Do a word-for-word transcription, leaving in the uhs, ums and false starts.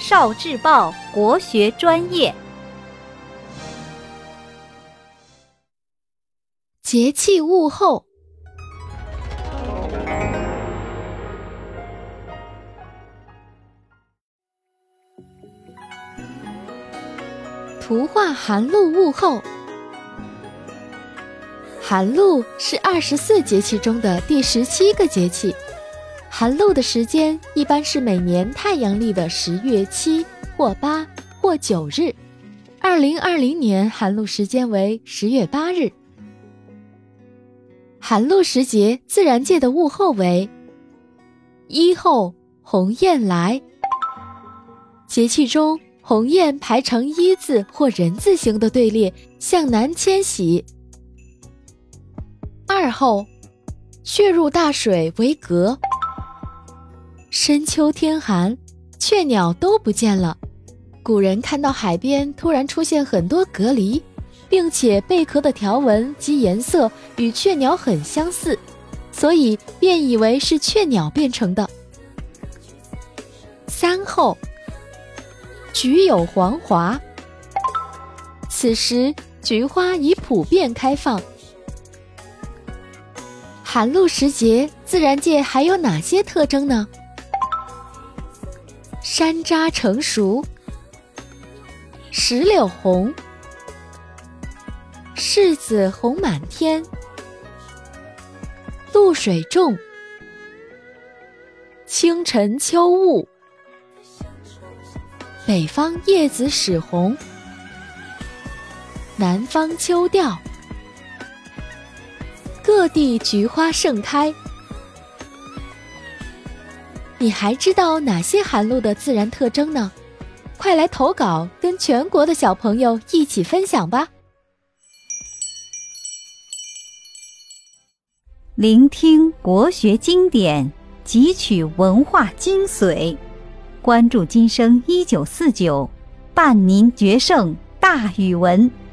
少智报国学专业。 节气物候。图画寒露物候。寒露是二十四节气中的第十七个节气，寒露的时间一般是每年太阳历的十月七或八或九日。二零二零年寒露时间为十月八日。寒露时节自然界的物候为：一候鸿雁来，节气中鸿雁排成一字或人字形的队列向南迁徙。二候雀入大水为蛤，深秋天寒，雀鸟都不见了。古人看到海边突然出现很多蛤蜊，并且贝壳的条纹及颜色与雀鸟很相似，所以便以为是雀鸟变成的。三候菊有黄华，此时菊花已普遍开放。寒露时节自然界还有哪些特征呢？山楂成熟，石榴红，柿子红满天，露水重，清晨秋雾，北方叶子始红，南方秋调，各地菊花盛开。你还知道哪些寒露的自然特征呢？快来投稿，跟全国的小朋友一起分享吧。 聆听国学经典，汲取文化精髓，关注今生一九四九，伴您决胜大语文。